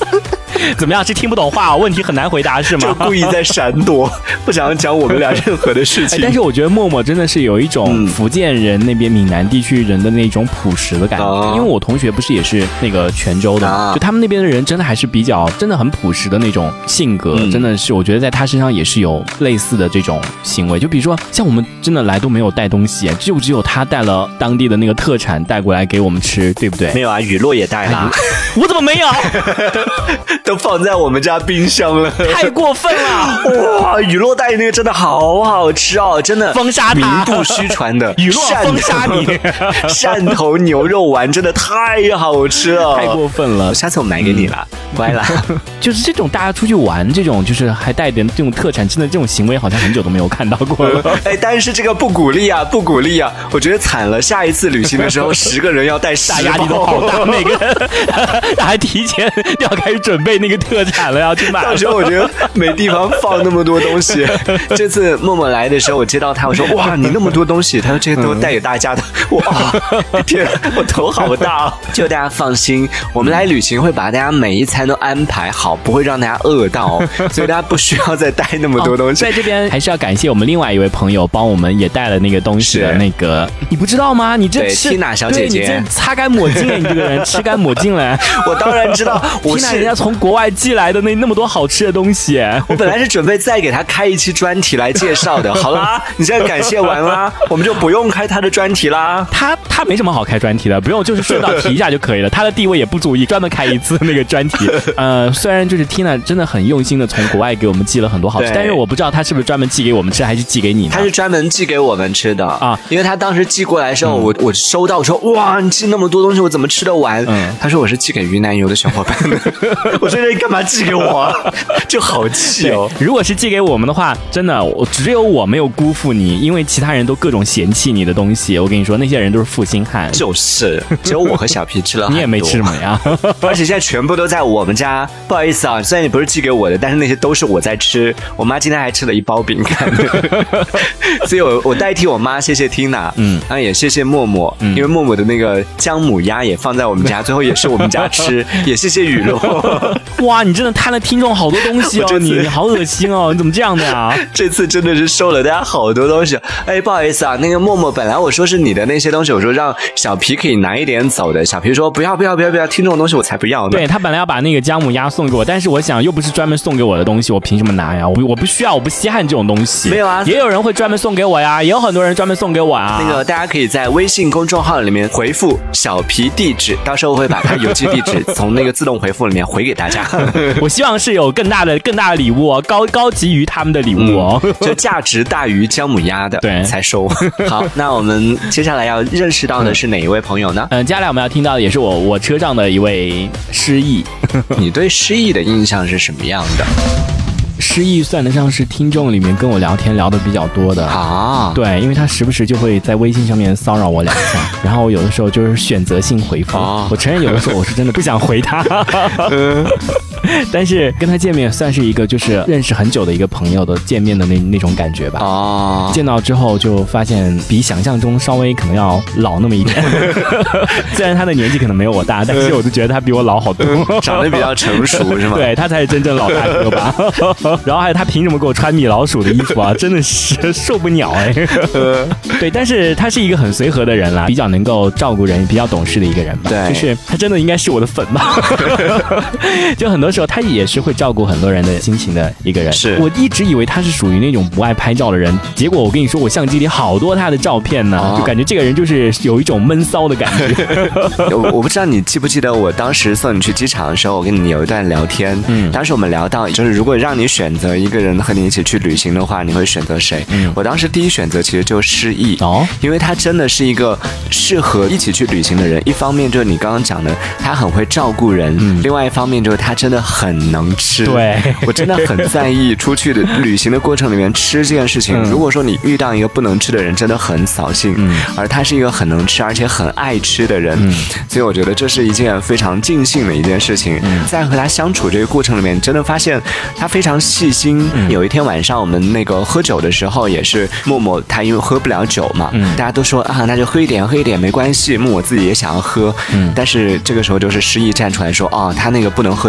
怎么样？是听不懂话，问题很难回答是吗？ 就故意在闪躲，不想讲我们俩任何的事情。 但是我觉得默默真的是有一种福建人那边闽南地区人的那种朴实的感觉，因为我同学不是也是那个泉州的嘛，就他们那边的人真的还是比较真的很朴实的那种性格，真的是我觉得在他身上也是有类似的这种行为。就比如说像我们真的来都没有带东西，就只有他带了当地的那个特产带过来给我们吃，对不对？ 没有啊，雨落也带了。 我怎么没有？ 都放在我们家冰箱了， 太过分了！ 哇，雨落带那个真的好好吃哦，真的封杀他， 名不虚传的雨落封杀你， 汕头牛肉丸真的太好吃了， 太过分了， 下次我买给你了，乖啦。 就是这种大家出去玩，这种就是还带点这种特产，真的这种行为好像很久都没有看到过了。 哎，但是这个不鼓励啊，不鼓励啊！我觉得惨了，下一次旅行的时候，10个人要带10包， 压力都好大，每个人还提前要开始准备那个特产了，要去买。 到时候我觉得没地方放那么多东西。这次默默来的时候，我接到他，我说哇，你那么多东西，他说这些都带给大家的。哇，天，我头好大。就大家放心，我们来旅行会把大家每一餐都安排好，不会让大家饿到，所以大家不需要再带那么多东西。 在这边还是要感谢我们另外一位朋友帮我们也带了那个东西的那个，你不知道吗？你这是 Tina 小姐姐， 你这擦干抹净了，你这个人吃干抹净了。 我当然知道，我是人家从国外寄来的那么多好吃的东西。 我本来是准备再给他开一期专题来介绍的。好啦，你现在感谢完啦，我们就不用开他的专题啦。 他没什么好开专题的，不用，就是顺道提一下就可以了。他的地位也不足以专门开一次那个专题。虽然就是 Tina 真的很用心的从国外给我们寄了很多好吃，但是我不知道他是不是专门寄给我们吃，还是寄给你呢？ 他是专门寄给我们吃的啊，因为他当时寄过来的时候，我收到，我说哇，你寄那么多东西，我怎么吃得完？他说我是寄给云南游的小伙伴的。我说你干嘛寄给我？就好气哦。 如果是寄给我们的话，真的只有我没有辜负你，因为其他人都各种嫌弃你的东西。我跟你说，那些人都是负心汉。 就是只有我和小皮吃了很多， 你也没吃什么呀。 而且现在全部都在我们家。不好意思啊，虽然你不是寄给我的，但是那些都是我在吃。我妈今天还吃了1包饼干。所以我代替我妈谢谢 Tina， 然后也谢谢默默，因为默默的那个姜母鸭也放在我们家，最后也是我们家吃，也谢谢雨落。 哇，你真的贪了听众好多东西哦，你好恶心哦，你怎么这样的呀？ 这次真的是收了大家好多东西。哎，不好意思啊，那个默默本来我说是你的那些东西，我说让小皮可以拿一点走的，小皮说不要，听这种东西我才不要呢。 对，他本来要把那个姜母鸭送给我，但是我想又不是专门送给我的东西，我凭什么拿呀？我不需要，我不稀罕这种东西。 没有啊， 也有人会专门送给我呀，也有很多人专门送给我啊。 那个大家可以在微信公众号里面回复小皮地址，到时候我会把他邮寄地址从那个自动回复里面回给大家。 我希望是有更大的礼物哦，高级于他们的礼物哦， 就价值大于姜母鸭的， 对， 才收。好，那我们接下来要认识到的是哪一位朋友呢？ 接下来我们要听到的也是我车上的一位失忆。 你对失忆的印象是什么样的？ 失忆算得上是听众里面跟我聊天聊得比较多的啊，对，因为他时不时就会在微信上面骚扰我2下，然后有的时候就是选择性回复。我承认有的时候我是真的不想回他，但是跟他见面算是一个就是认识很久的一个朋友的见面的那种感觉吧。见到之后就发现比想象中稍微可能要老那么一点，虽然他的年纪可能没有我大，但是我就觉得他比我老好多， 长得比较成熟是吗？ 对，他才是真正老大哥吧。然后还有他凭什么给我穿米老鼠的衣服啊？真的是受不了哎。对，但是他是一个很随和的人啦，比较能够照顾人，比较懂事的一个人吧。对，就是他真的应该是我的粉吧。就很多时候他也是会照顾很多人的心情的一个人。是我一直以为他是属于那种不爱拍照的人，结果我跟你说，我相机里好多他的照片呢，就感觉这个人就是有一种闷骚的感觉。 我不知道你记不记得我当时送你去机场的时候，我跟你有一段聊天。当时我们聊到，就是如果让你选择一个人和你一起去旅行的话，你会选择谁？我当时第一选择其实就是失忆因为他真的是一个适合一起去旅行的人。一方面就是你刚刚讲的，他很会照顾人；另外一方面就是他真的很能吃。 对， 我真的很在意出去的旅行的过程里面吃这件事情。如果说你遇到一个不能吃的人，真的很扫兴。而他是一个很能吃而且很爱吃的人，所以我觉得这是一件非常尽兴的一件事情。在和他相处这个过程里面，真的发现他非常细心。有一天晚上我们那个喝酒的时候，也是默默他因为喝不了酒嘛，大家都说啊，那就喝一点没关系。默默自己也想要喝，但是这个时候就是失忆站出来说，他那个不能喝酒，之后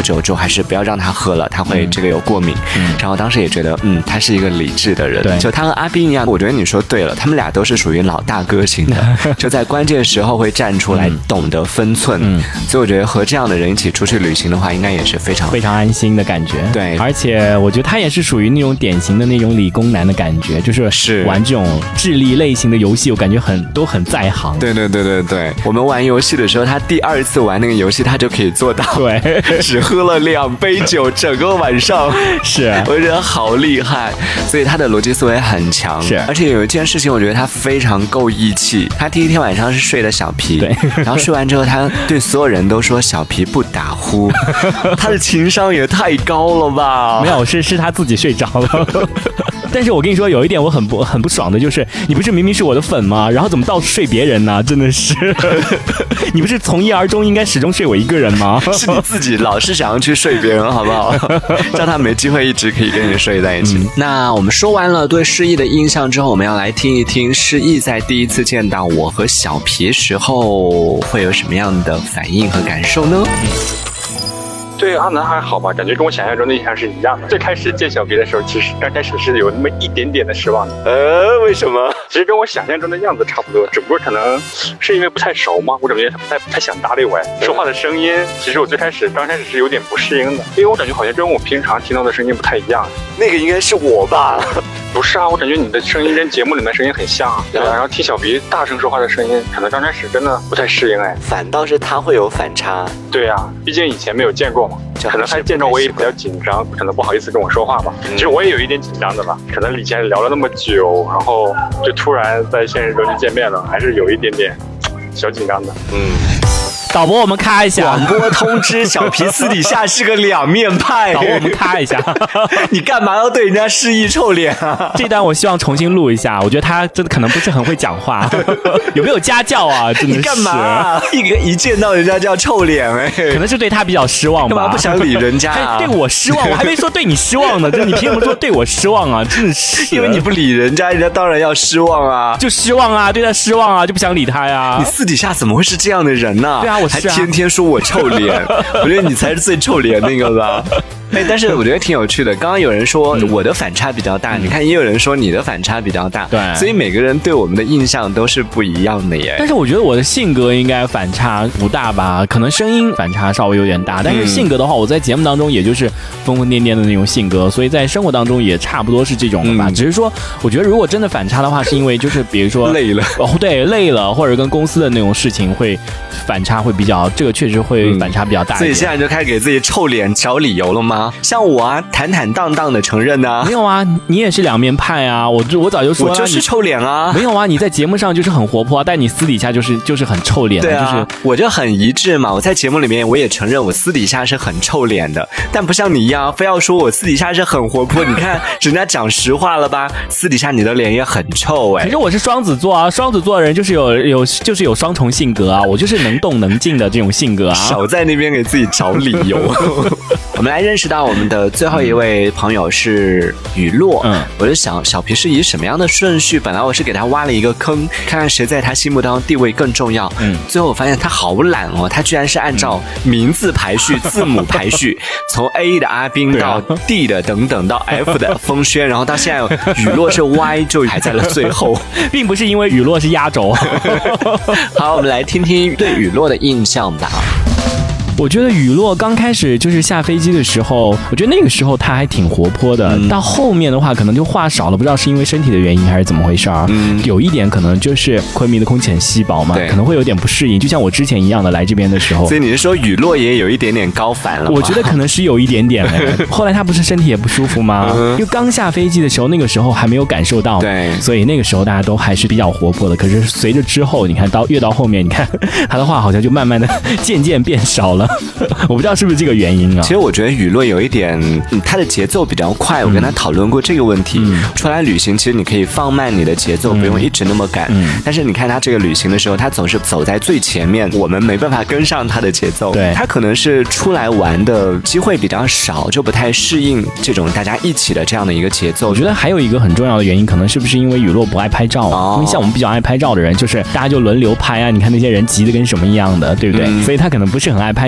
还是不要让他喝了，他会这个有过敏。然后当时也觉得，他是一个理智的人。 对， 就他和阿斌一样，我觉得你说对了，他们俩都是属于老大哥型的，就在关键时候会站出来，懂得分寸。所以我觉得和这样的人一起出去旅行的话，应该也是非常安心的感觉。 对， 而且我觉得他也是属于那种典型的那种理工男的感觉，就是玩这种智力类型的游戏，我感觉都很在行。 对，我们玩游戏的时候，他第2次玩那个游戏，他就可以做到， 对， 只喝了2杯酒，整个晚上， 是， 我觉得好厉害。所以他的逻辑思维很强， 是。 而且有一件事情，我觉得他非常够义气。他第1天晚上是睡的小皮， 对， 然后睡完之后，他对所有人都说小皮不打呼，他的情商也太高了吧？ 没有，是他自己睡着了。但是我跟你说，有一点我很不爽的就是，你不是明明是我的粉吗？然后怎么到处睡别人呢？真的是，你不是从一而终应该始终睡我一个人吗？ 是你自己老是想要去睡别人，好不好？让他没机会一直可以跟你睡在一起。那我们说完了对诗意的印象之后，我们要来听一听诗意在第一次见到我和小皮时候会有什么样的反应和感受呢？ 对阿南还好吧，感觉跟我想象中的印象是一样的。最开始见小皮的时候，其实刚开始是有那么一点点的失望的。 为什么？ 其实跟我想象中的样子差不多，只不过可能是因为不太熟嘛，我感觉他不太想搭理我。说话的声音，其实我刚开始是有点不适应的，因为我感觉好像跟我平常听到的声音不太一样。 那个应该是我吧？ 不是啊，我感觉你的声音跟节目里面声音很像啊。对啊，然后听小皮大声说话的声音，可能刚开始真的不太适应哎。 反倒是他会有反差。 对啊，毕竟以前没有见过嘛，可能他见着我也比较紧张，可能不好意思跟我说话吧。其实我也有一点紧张的吧，可能以前聊了那么久，然后就突然在现实中就见面了，还是有一点点小紧张的。 导播，我们咔一下。 广播通知小皮私底下是个两面派。 导播，我们咔一下。 你干嘛要对人家示意臭脸啊？ 这段我希望重新录一下，我觉得他真的可能不是很会讲话。有没有家教啊？真的是。 你干嘛？一见到人家就要臭脸可能是对他比较失望吧。 干嘛不想理人家啊？ 对我失望，我还没说对你失望呢。就你凭什么说对我失望啊？真的是。 因为你不理人家，人家当然要失望啊。 就失望啊，对他失望啊，就不想理他呀。 你私底下怎么会是这样的人呢？ 对啊，我是还天天说我臭脸，我觉得你才是最臭脸那个吧。但是我觉得挺有趣的。刚刚有人说我的反差比较大，你看也有人说你的反差比较大， 对， 所以每个人对我们的印象都是不一样的耶。 但是我觉得我的性格应该反差不大吧，可能声音反差稍微有点大，但是性格的话，我在节目当中也就是疯疯癫癫的那种性格，所以在生活当中也差不多是这种的吧。只是说，我觉得如果真的反差的话，是因为就是比如说累了， 对，累了，或者跟公司的那种事情会反差会比较，这个确实会反差比较大一点。 所以现在就开始给自己臭脸找理由了吗？像我啊。坦坦荡荡的承认啊， 没有啊，你也是两面派啊，我早就说了， 我就是臭脸啊， 没有啊，你在节目上就是很活泼啊，但你私底下就是很臭脸， 对啊， 就是我就很一致嘛，我在节目里面我也承认我私底下是很臭脸的，但不像你一样非要说我私底下是很活泼，你看人家讲实话了吧，私底下你的脸也很臭其实我是双子座啊，双子座的人就是有双重性格啊，我就是能动能静的这种性格啊， 少在那边给自己找理由。我们来认识到我们的最后一位朋友是雨落，我就想小皮是以什么样的顺序，本来我是给他挖了一个坑，看看谁在他心目当中地位更重要，最后我发现他好懒哦，他居然是按照名字排序、字母排序，从 A 的阿斌到 D 的等等到 F 的风轩，然后到现在雨落是 Y 就排在了最后， 并不是因为雨落是压轴。 好，我们来听听对雨落的印象吧。 我觉得雨落刚开始就是下飞机的时候，我觉得那个时候他还挺活泼的，到后面的话可能就话少了，不知道是因为身体的原因还是怎么回事啊。有一点可能就是昆明的空气很稀薄嘛，可能会有点不适应，就像我之前一样的来这边的时候。 所以你是说雨落也有一点点高反了吗？ 我觉得可能是有一点点后来他不是身体也不舒服吗？因为刚下飞机的时候，那个时候还没有感受到， 对， 所以那个时候大家都还是比较活泼的。可是随着之后，你看越到后面，你看他的话好像就慢慢的渐渐变少了。我不知道是不是这个原因啊。 其实我觉得雨落有一点，他的节奏比较快，我跟他讨论过这个问题。出来旅行，其实你可以放慢你的节奏，不用一直那么赶。但是你看他这个旅行的时候，他总是走在最前面，我们没办法跟上他的节奏。 对， 他可能是出来玩的机会比较少，就不太适应这种大家一起的这样的一个节奏。 我觉得还有一个很重要的原因，可能是不是因为雨落不爱拍照啊？因为像我们比较爱拍照的人，就是大家就轮流拍啊。你看那些人急得跟什么一样的，对不对？所以他可能不是很爱拍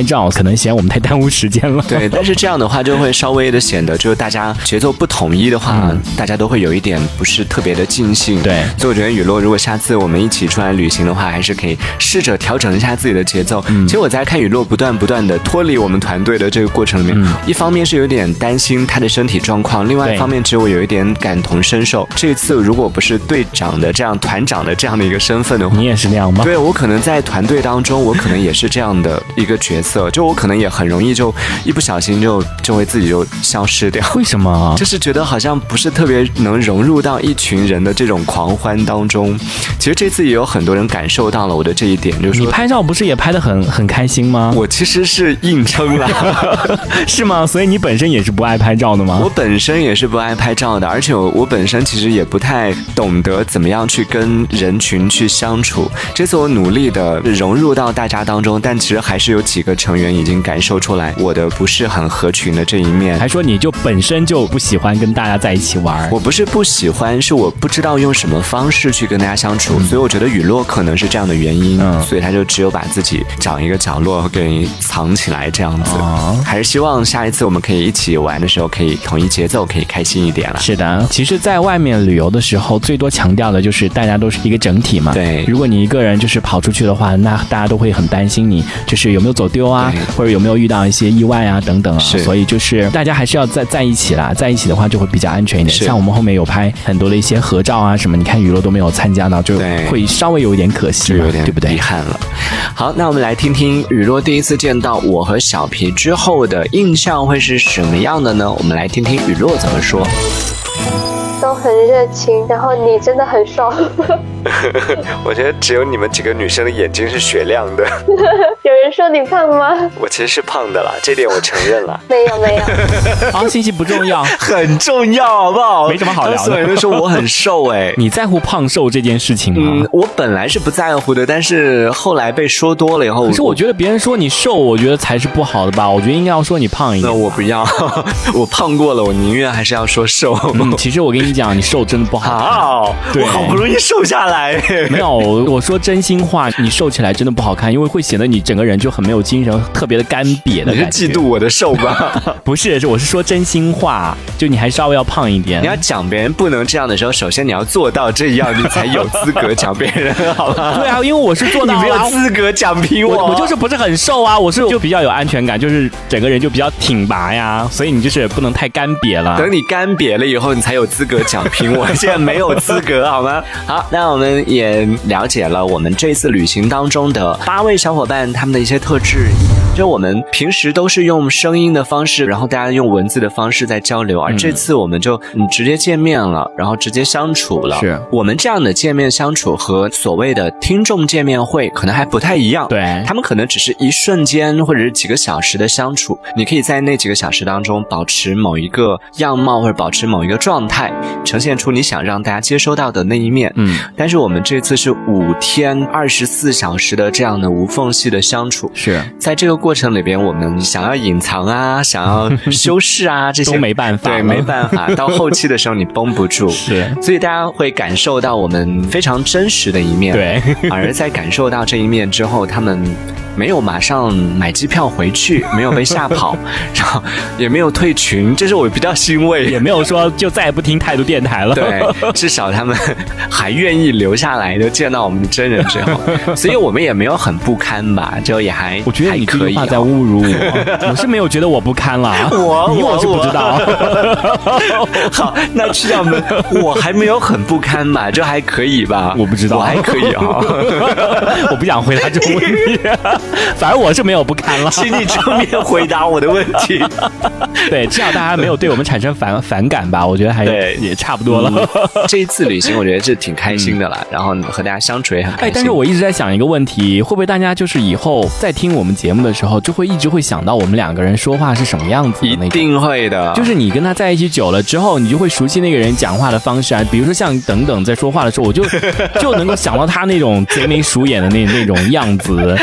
照，可能嫌我们太耽误时间了。 对，但是这样的话就会稍微的显得就是大家节奏不统一的话，大家都会有一点不是特别的尽兴。 对， 所以我觉得雨落，如果下次我们一起出来旅行的话，还是可以试着调整一下自己的节奏。其实我在看雨落不断的脱离我们团队的这个过程里面，一方面是有点担心他的身体状况，另外一方面其实我有一点感同身受。这一次如果不是队长的这样团长的这样的一个身份的话， 你也是那样吗？ 对，我可能在团队当中，我可能也是这样的一个角色，就我可能也很容易就一不小心就会自己就消失掉。 为什么？ 就是觉得好像不是特别能融入到一群人的这种狂欢当中。其实这次也有很多人感受到了我的这一点，就是说你拍照不是也拍得很开心吗？ 我其实是硬撑了。 是吗？所以你本身也是不爱拍照的吗？ 我本身也是不爱拍照的，而且我本身其实也不太懂得怎么样去跟人群去相处。这次我努力的融入到大家当中，但其实还是有几个成员已经感受出来我的不是很合群的这一面。 还说你就本身就不喜欢跟大家在一起玩？ 我不是不喜欢，是我不知道用什么方式去跟大家相处，所以我觉得雨落可能是这样的原因，所以他就只有把自己找一个角落给藏起来这样子。还是希望下一次我们可以一起玩的时候可以统一节奏，可以开心一点了。 是的，其实在外面旅游的时候最多强调的就是大家都是一个整体嘛。 对， 如果你一个人就是跑出去的话，那大家都会很担心你就是有没有走丢啊，或者有没有遇到一些意外啊等等啊。所以就是大家还是要在一起啦，在一起的话就会比较安全一点。像我们后面有拍很多的一些合照啊什么，你看雨落都没有参加到，就会稍微有一点可惜， 有点对不对？ 遗憾了。好，那我们来听听雨落第一次见到我和小皮之后的印象会是什么样的呢？我们来听听雨落怎么说。 都很热情，然后你真的很瘦。 我觉得只有你们几个女生的眼睛是雪亮的。 有人说你胖吗？ 我其实是胖的啦，这点我承认了。 没有。 好，信息不重要， 很重要，好不好？ 没什么好聊的。 所有人都说我很瘦你在乎胖瘦这件事情吗？ 我本来是不在乎的，但是后来被说多了以后， 可是我觉得别人说你瘦，我觉得才是不好的吧？我觉得应该要说你胖一点。 那我不要，我胖过了，我宁愿还是要说瘦。 其实我跟你讲，你瘦真的不好。 对，我好不容易瘦下来。 没有，我说真心话，你瘦起来真的不好看，因为会显得你整个人就很没有精神，特别的干瘪的感觉。 你是嫉妒我的瘦吗？ 不是，我是说真心话，就你还稍微要胖一点。 你要讲别人不能这样的时候，首先你要做到这样，你才有资格讲别人，好吗？ 对啊，因为我是做到， 你没有资格讲评我就是不是很瘦啊，我是就比较有安全感，就是整个人就比较挺拔呀，所以你就是不能太干瘪了。 等你干瘪了以后，你才有资格讲评我，现在没有资格，好吗？好，那我们也了解了我们这次旅行当中的8位小伙伴他们的一些特质。就我们平时都是用声音的方式，然后大家用文字的方式在交流，而这次我们就直接见面了，然后直接相处了。 是我们这样的见面相处和所谓的听众见面会可能还不太一样。 对， 他们可能只是一瞬间或者是几个小时的相处，你可以在那几个小时当中保持某一个样貌或者保持某一个状态，呈现出你想让大家接收到的那一面。但是我们这次是5天24小时的这样的无缝隙的相处， 是在这个过程里边，我们想要隐藏啊，想要修饰啊，这些都没办法。 对，没办法。到后期的时候，你绷不住， 是， 所以大家会感受到我们非常真实的一面。 对， 而在感受到这一面之后，他们没有马上买机票回去，没有被吓跑，然后也没有退群，这是我比较欣慰。 也没有说就再也不听态度电台了。 对，至少他们还愿意留下来，就见到我们的真人之后，所以我们也没有很不堪吧，就也还我觉得你这句话在侮辱我，我是没有觉得我不堪啦，我是不知道。 好，那去掉们，我还没有很不堪吧，就还可以吧， 我不知道， 我还可以啊。 我不想回答这个问题，反正我是没有不堪了。 请你正面回答我的问题。 对，至少大家没有对我们产生反感吧，我觉得还也差不多了。 这一次旅行我觉得是挺开心的啦，然后和大家相处也很开心。 但是我一直在想一个问题，会不会大家就是以后在听我们节目的时候，就会一直会想到我们2个人说话是什么样子的那种？ 一定会的。 就是你跟他在一起久了之后，你就会熟悉那个人讲话的方式啊，比如说像等等在说话的时候，我就能够想到他那种贼眉鼠眼的那种样子，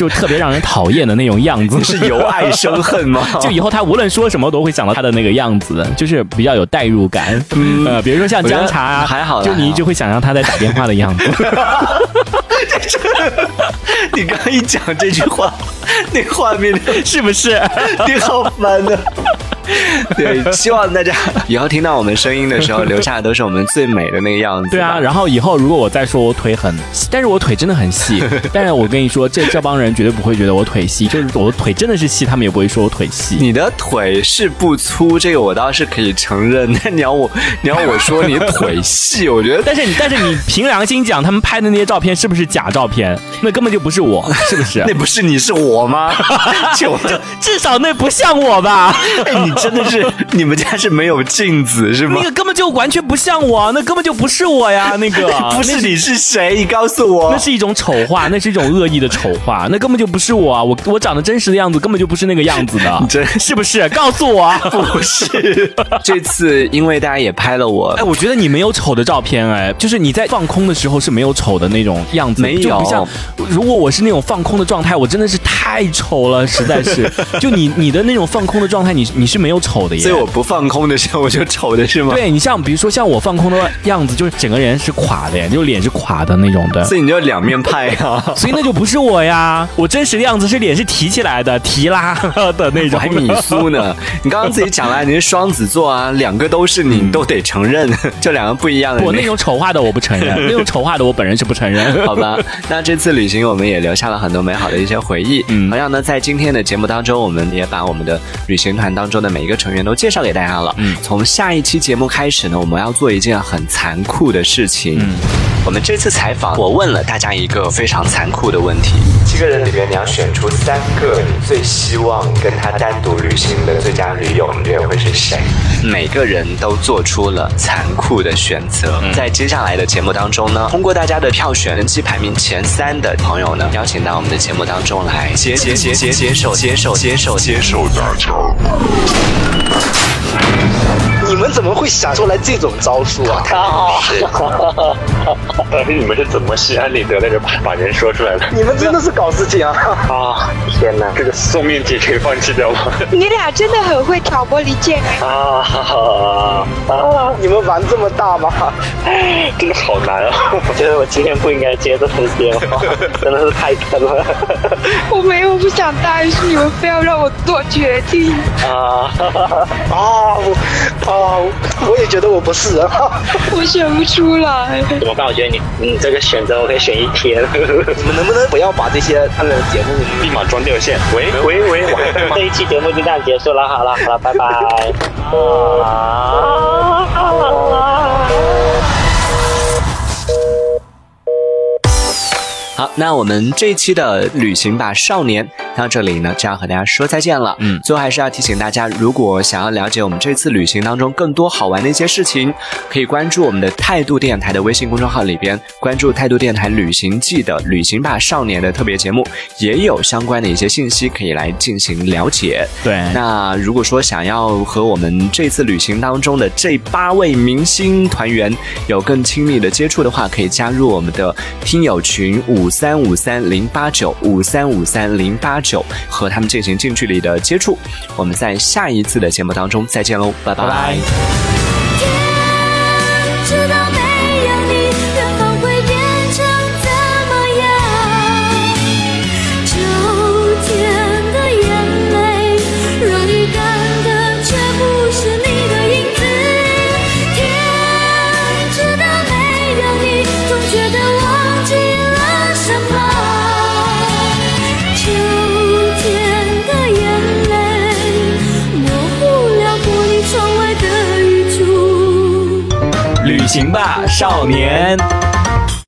就特别让人讨厌的那种样子。 是由爱生恨吗？ 就以后他无论说什么都会想到他的那个样子，就是比较有代入感。比如说像姜茶啊， 还好， 就你一直会想象他在打电话的样子。 你刚刚一讲这句话，那画面是不是？ 你好烦的。对，希望大家以后听到我们声音的时候，留下的都是我们最美的那个样子。 对啊，然后以后如果我再说我腿很，但是我腿真的很细，但是我跟你说，这帮人绝对不会觉得我腿细，就是我的腿真的是细，他们也不会说我腿细。 你的腿是不粗，这个我倒是可以承认。但你要我说你腿细，我觉得， 但是你凭良心讲，他们拍的那些照片是不是假照片？那根本就不是我，是不是？ 那不是你是我吗？就至少那不像我吧？ 你真的是，你们家是没有镜子是吗？ 那个根本就完全不像我，那根本就不是我呀！那个不是你是谁？你告诉我。 那是一种丑化，那是一种恶意的丑化，那根本就不是我啊！我长得真实的样子根本就不是那个样子的，是不是？告诉我， 不是。这次因为大家也拍了我， 我觉得你没有丑的照片，就是你在放空的时候是没有丑的那种样子， 没有。 就不像如果我是那种放空的状态，我真的是太丑了，实在是。就你的那种放空的状态，你是没有丑的耶。 所以我不放空的时候我就丑的是吗？ 对，你像比如说像我放空的样子，就是整个人是垮的，就脸是垮的那种的。 所以你就两面派啊。 所以那就不是我呀，我真实的样子是脸是提起来的，提拉的那种。 还米苏呢？你刚刚自己讲了，你是双子座啊，两个都是你都得承认，就两个不一样的。 我那种丑化的我不承认，那种丑化的我本人是不承认。 好吧，那这次旅行我们也留下了很多美好的一些回忆。同样呢，在今天的节目当中，我们也把我们的旅行团当中的每一个成员都介绍给大家了。从下一期节目开始呢，我们要做一件很残酷的事情。我们这次采访，我问了大家一个非常残酷的问题：7个人里面你要选出3个你最希望跟他单独旅行的最佳驴友，你觉得会是谁？每个人都做出了残酷的选择。在接下来的节目当中呢，通过大家的票选，人气排名前3的朋友呢，邀请到我们的节目当中来接受大家。 你们怎么会想出来这种招数啊？ 但是你们是怎么心安理得的把人说出来的？ 你们真的是搞事情啊！ 啊，天哪，这个送命题可以放弃掉吗？ 你俩真的很会挑拨离间你们玩这么大吗？ 真的好难啊！ 我觉得我今天不应该接这份电话，真的是太坑了。 我没有不想答应，是你们非要让我做决定。 我也觉得我不是啊， 我选不出来。 怎么办？我觉得你这个选择我可以选1天。 你们能不能不要把这些他们的节目立马装掉线？喂，我还在吗？ 这一期节目就这样结束了，好了，拜拜。 好，那我们这一期的旅行吧少年到这里呢，就要和大家说再见了。最后还是要提醒大家，如果想要了解我们这次旅行当中更多好玩的一些事情，可以关注我们的态度电台的微信公众号里边，关注态度电台旅行季的旅行吧少年的特别节目，也有相关的一些信息可以来进行了解。 对， 那如果说想要和我们这次旅行当中的这8位明星团员有更亲密的接触的话，可以加入我们的听友群5353-089 和他们进行近距离的接触。我们在下一次的节目当中再见喽，拜拜。 旅行吧少年。